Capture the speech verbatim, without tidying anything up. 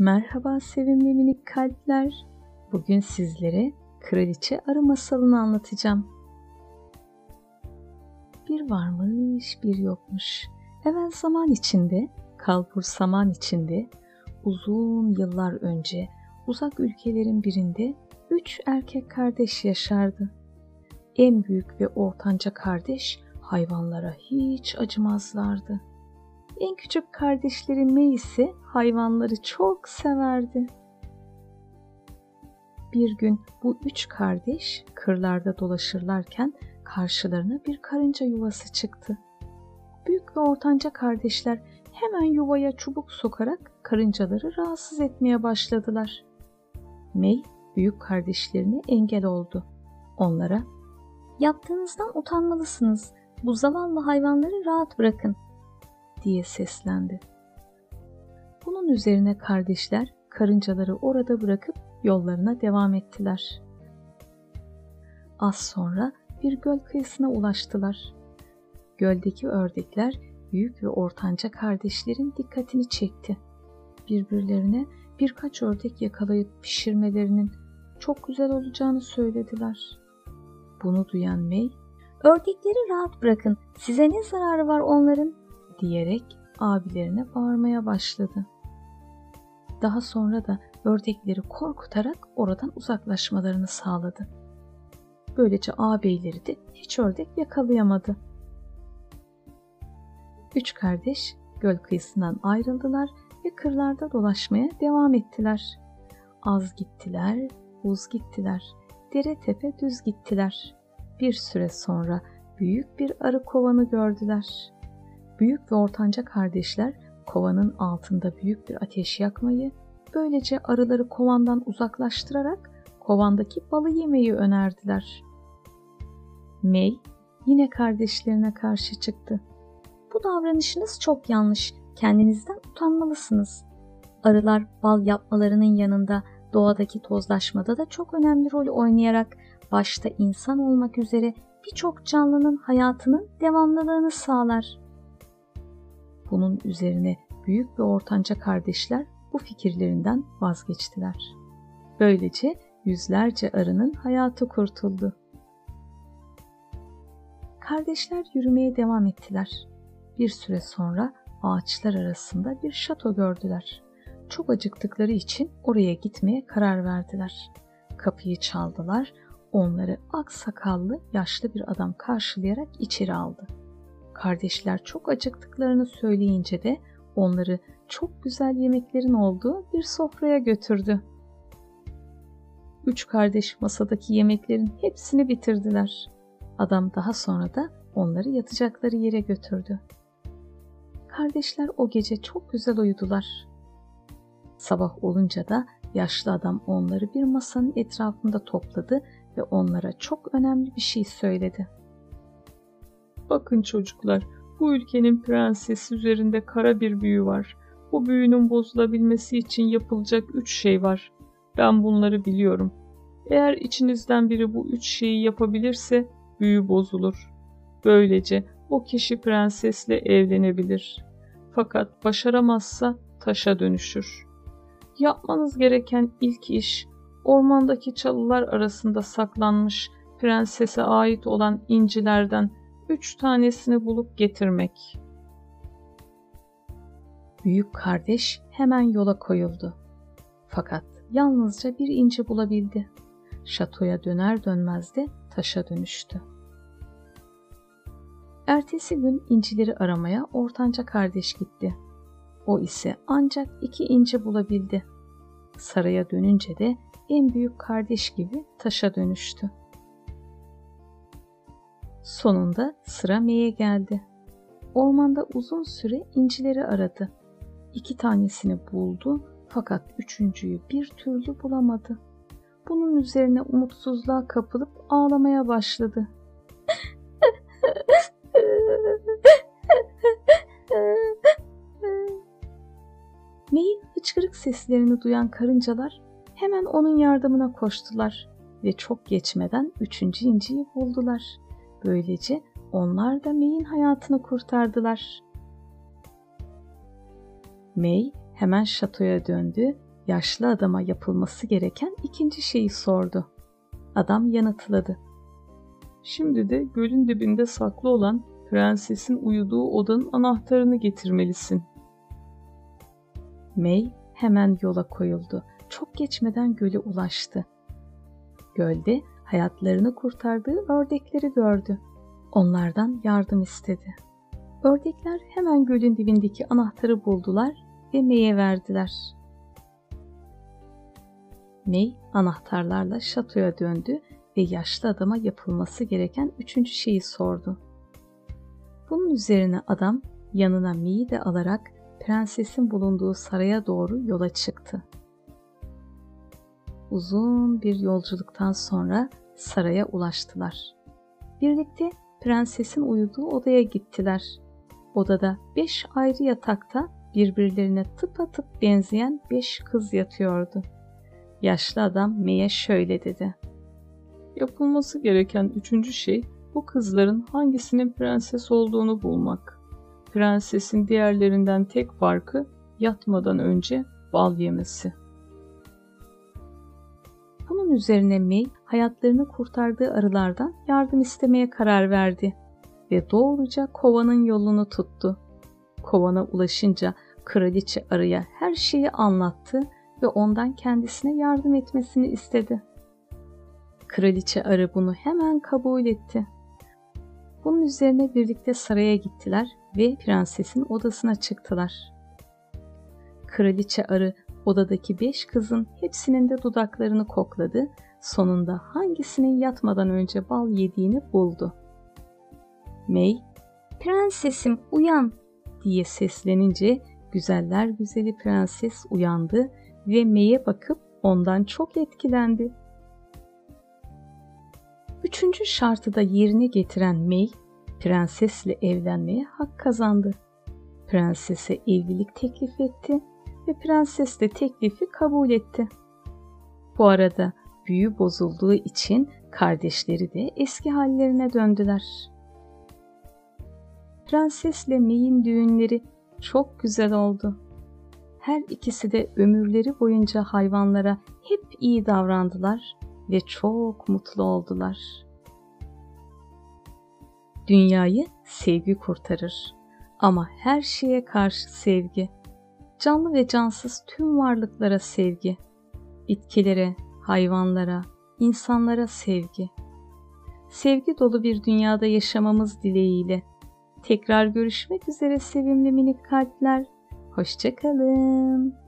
Merhaba sevimli minik kalpler. Bugün sizlere Kraliçe Arı masalını anlatacağım. Bir varmış, bir yokmuş. Evvel zaman içinde, kalbur saman içinde, uzun yıllar önce uzak ülkelerin birinde üç erkek kardeş yaşardı. En büyük ve ortanca kardeş hayvanlara hiç acımazlardı. En küçük kardeşleri May ise hayvanları çok severdi. Bir gün bu üç kardeş kırlarda dolaşırlarken karşılarına bir karınca yuvası çıktı. Büyük ve ortanca kardeşler hemen yuvaya çubuk sokarak karıncaları rahatsız etmeye başladılar. May büyük kardeşlerine engel oldu. Onlara, "Yaptığınızdan utanmalısınız. Bu zavallı hayvanları rahat bırakın," diye seslendi. Bunun üzerine kardeşler karıncaları orada bırakıp yollarına devam ettiler. Az sonra bir göl kıyısına ulaştılar. Göldeki ördekler büyük ve ortanca kardeşlerin dikkatini çekti. Birbirlerine birkaç ördek yakalayıp pişirmelerinin çok güzel olacağını söylediler. Bunu duyan May, "Ördekleri rahat bırakın, size ne zararı var onların?" diyerek abilerine bağırmaya başladı. Daha sonra da ördekleri korkutarak oradan uzaklaşmalarını sağladı. Böylece ağabeyleri de hiç ördek yakalayamadı. Üç kardeş göl kıyısından ayrıldılar ve kırlarda dolaşmaya devam ettiler. Az gittiler, uz gittiler, dere tepe düz gittiler. Bir süre sonra büyük bir arı kovanı gördüler. Büyük ve ortanca kardeşler kovanın altında büyük bir ateş yakmayı, böylece arıları kovandan uzaklaştırarak kovandaki balı yemeyi önerdiler. May yine kardeşlerine karşı çıktı. "Bu davranışınız çok yanlış. Kendinizden utanmalısınız. Arılar bal yapmalarının yanında doğadaki tozlaşmada da çok önemli rol oynayarak başta insan olmak üzere birçok canlının hayatının devamlılığını sağlar." Bunun üzerine büyük ve ortanca kardeşler bu fikirlerinden vazgeçtiler. Böylece yüzlerce arının hayatı kurtuldu. Kardeşler yürümeye devam ettiler. Bir süre sonra ağaçlar arasında bir şato gördüler. Çok acıktıkları için oraya gitmeye karar verdiler. Kapıyı çaldılar. Onları ak sakallı yaşlı bir adam karşılayarak içeri aldı. Kardeşler çok acıktıklarını söyleyince de onları çok güzel yemeklerin olduğu bir sofraya götürdü. Üç kardeş masadaki yemeklerin hepsini bitirdiler. Adam daha sonra da onları yatacakları yere götürdü. Kardeşler o gece çok güzel uyudular. Sabah olunca da yaşlı adam onları bir masanın etrafında topladı ve onlara çok önemli bir şey söyledi. "Bakın çocuklar, bu ülkenin prensesi üzerinde kara bir büyü var. Bu büyünün bozulabilmesi için yapılacak üç şey var. Ben bunları biliyorum. Eğer içinizden biri bu üç şeyi yapabilirse büyü bozulur. Böylece o kişi prensesle evlenebilir. Fakat başaramazsa taşa dönüşür. Yapmanız gereken ilk iş, ormandaki çalılar arasında saklanmış prensese ait olan incilerden üç tanesini bulup getirmek." Büyük kardeş hemen yola koyuldu. Fakat yalnızca bir inci bulabildi. Şatoya döner dönmez de taşa dönüştü. Ertesi gün incileri aramaya ortanca kardeş gitti. O ise ancak iki inci bulabildi. Saraya dönünce de en büyük kardeş gibi taşa dönüştü. Sonunda sıra May'e geldi. Ormanda uzun süre incileri aradı. İki tanesini buldu fakat üçüncüyü bir türlü bulamadı. Bunun üzerine umutsuzluğa kapılıp ağlamaya başladı. May'in hıçkırık seslerini duyan karıncalar hemen onun yardımına koştular ve çok geçmeden üçüncü inciyi buldular. Böylece onlar da May'in hayatını kurtardılar. May hemen şatoya döndü yaşlı adama yapılması gereken ikinci şeyi sordu. Adam yanıtladı. Şimdi de gölün dibinde saklı olan prensesin uyuduğu odanın anahtarını getirmelisin. May hemen yola koyuldu. Çok geçmeden göle ulaştı. Gölde hayatlarını kurtardığı ördekleri gördü. Onlardan yardım istedi. Ördekler hemen gölün dibindeki anahtarı buldular ve May'e verdiler. May anahtarlarla şatoya döndü ve yaşlı adama yapılması gereken üçüncü şeyi sordu. Bunun üzerine adam yanına May'i de alarak prensesin bulunduğu saraya doğru yola çıktı. Uzun bir yolculuktan sonra saraya ulaştılar. Birlikte prensesin uyuduğu odaya gittiler. Odada beş ayrı yatakta birbirlerine tıpatıp benzeyen beş kız yatıyordu. Yaşlı adam May'e şöyle dedi. Yapılması gereken üçüncü şey bu kızların hangisinin prenses olduğunu bulmak. Prensesin diğerlerinden tek farkı yatmadan önce bal yemesi. Bunun üzerine May hayatlarını kurtardığı arılardan yardım istemeye karar verdi ve doğruca kovanın yolunu tuttu. Kovana ulaşınca kraliçe arıya her şeyi anlattı ve ondan kendisine yardım etmesini istedi. Kraliçe arı bunu hemen kabul etti. Bunun üzerine birlikte saraya gittiler ve prensesin odasına çıktılar. Kraliçe arı odadaki beş kızın hepsinin de dudaklarını kokladı. Sonunda hangisinin yatmadan önce bal yediğini buldu. May, "Prensesim uyan!" diye seslenince güzeller güzeli prenses uyandı ve May'e bakıp ondan çok etkilendi. Üçüncü şartı da yerine getiren May, prensesle evlenmeye hak kazandı. Prensese evlilik teklif etti ve prenses de teklifi kabul etti. Bu arada büyü bozulduğu için kardeşleri de eski hallerine döndüler. Prensesle May'in düğünleri çok güzel oldu. Her ikisi de ömürleri boyunca hayvanlara hep iyi davrandılar ve çok mutlu oldular. Dünyayı sevgi kurtarır ama her şeye karşı sevgi. Canlı ve cansız tüm varlıklara sevgi. Bitkilere, hayvanlara, insanlara sevgi. Sevgi dolu bir dünyada yaşamamız dileğiyle. Tekrar görüşmek üzere sevimli minik kalpler. Hoşça kalın.